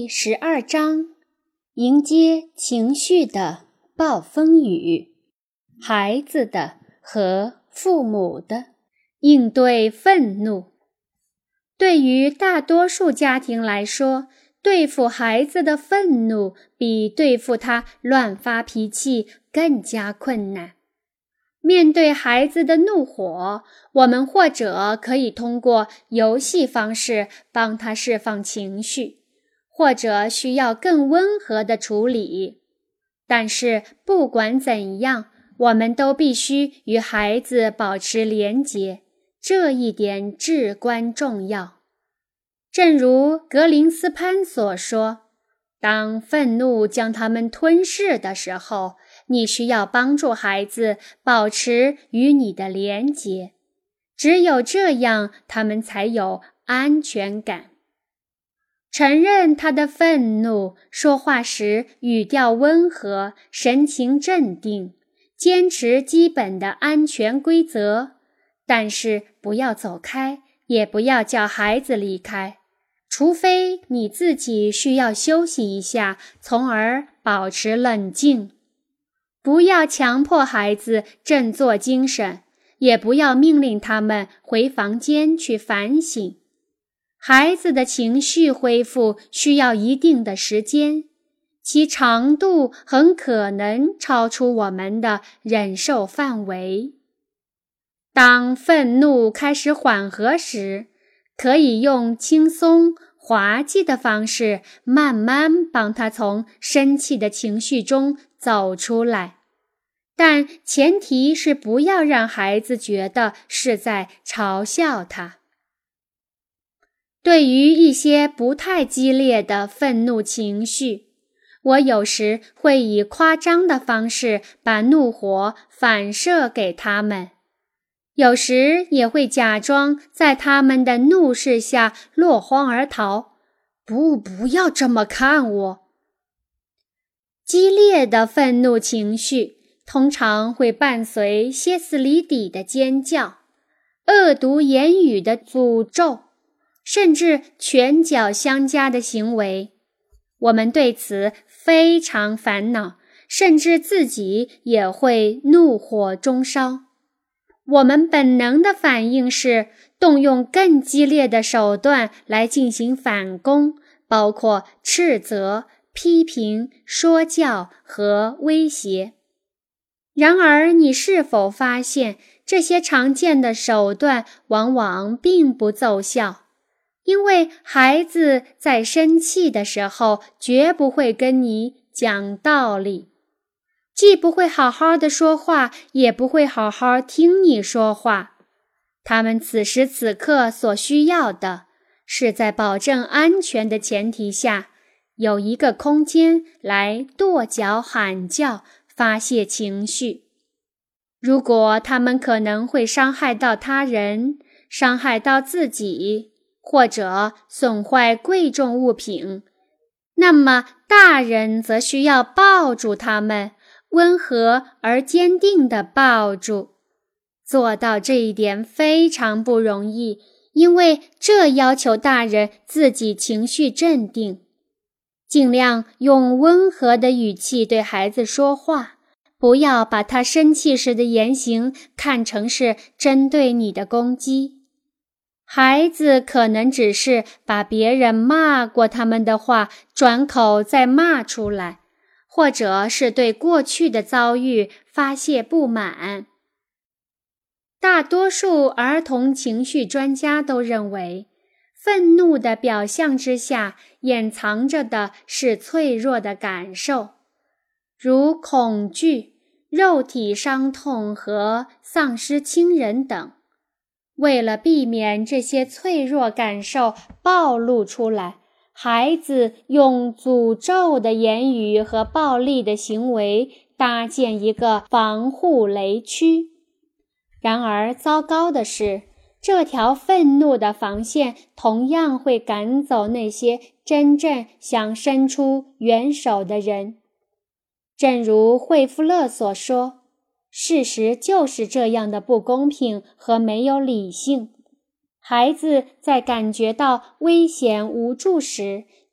第12章，迎接情绪的暴风雨，孩子的和父母的应对愤怒。对于大多数家庭来说，对付孩子的愤怒比对付他乱发脾气更加困难。面对孩子的怒火，我们或者可以通过游戏方式帮他释放情绪，或者需要更温和的处理。但是不管怎样，我们都必须与孩子保持连结，这一点至关重要。正如格林斯潘所说，当愤怒将他们吞噬的时候，你需要帮助孩子保持与你的连结，只有这样，他们才有安全感。承认他的愤怒，说话时语调温和，神情镇定，坚持基本的安全规则，但是不要走开，也不要叫孩子离开，除非你自己需要休息一下，从而保持冷静。不要强迫孩子振作精神，也不要命令他们回房间去反省。孩子的情绪恢复需要一定的时间，其长度很可能超出我们的忍受范围。当愤怒开始缓和时，可以用轻松滑稽的方式慢慢帮他从生气的情绪中走出来，但前提是不要让孩子觉得是在嘲笑他。对于一些不太激烈的愤怒情绪，我有时会以夸张的方式把怒火反射给他们，有时也会假装在他们的怒视下落荒而逃。不要这么看我。激烈的愤怒情绪通常会伴随歇斯底里的尖叫、恶毒言语的诅咒，甚至拳脚相加的行为。我们对此非常烦恼，甚至自己也会怒火中烧。我们本能的反应是动用更激烈的手段来进行反攻，包括斥责、批评、说教和威胁。然而，你是否发现这些常见的手段往往并不奏效？因为孩子在生气的时候绝不会跟你讲道理，既不会好好的说话，也不会好好听你说话。他们此时此刻所需要的是在保证安全的前提下，有一个空间来跺脚喊叫，发泄情绪。如果他们可能会伤害到他人，伤害到自己，或者损坏贵重物品，那么大人则需要抱住他们，温和而坚定地抱住。做到这一点非常不容易，因为这要求大人自己情绪镇定。尽量用温和的语气对孩子说话，不要把他生气时的言行看成是针对你的攻击。孩子可能只是把别人骂过他们的话转口再骂出来，或者是对过去的遭遇发泄不满。大多数儿童情绪专家都认为，愤怒的表象之下掩藏着的是脆弱的感受，如恐惧、肉体伤痛和丧失亲人等。为了避免这些脆弱感受暴露出来，孩子用诅咒的言语和暴力的行为搭建一个防护雷区。然而，糟糕的是，这条愤怒的防线同样会赶走那些真正想伸出援手的人。正如惠夫勒所说，事实就是这样的不公平和没有理性。孩子在感觉到危险无助时，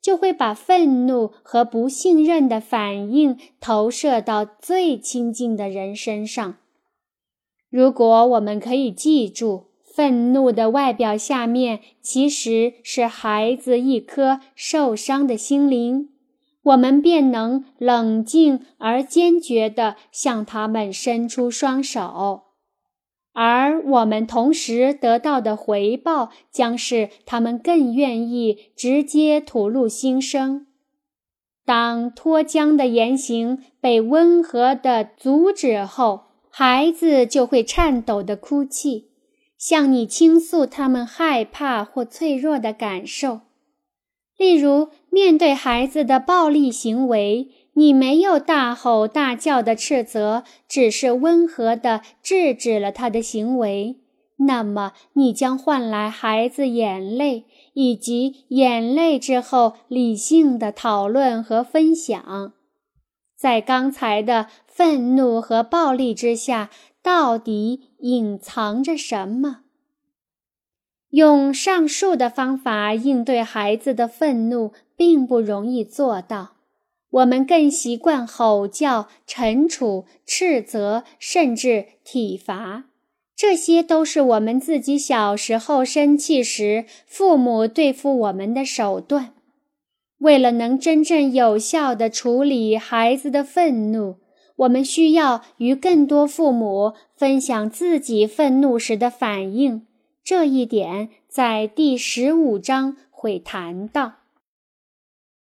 就会把愤怒和不信任的反应投射到最亲近的人身上。如果我们可以记住，愤怒的外表下面其实是孩子一颗受伤的心灵，我们便能冷静而坚决地向他们伸出双手，而我们同时得到的回报将是他们更愿意直接吐露心声。当脱缰的言行被温和地阻止后，孩子就会颤抖地哭泣，向你倾诉他们害怕或脆弱的感受。例如，面对孩子的暴力行为，你没有大吼大叫的斥责，只是温和地制止了他的行为，那么你将换来孩子眼泪，以及眼泪之后理性的讨论和分享。在刚才的愤怒和暴力之下，到底隐藏着什么？用上述的方法应对孩子的愤怒并不容易做到，我们更习惯吼叫、惩处、斥责，甚至体罚。这些都是我们自己小时候生气时父母对付我们的手段。为了能真正有效地处理孩子的愤怒，我们需要与更多父母分享自己愤怒时的反应。这一点在第15章会谈到。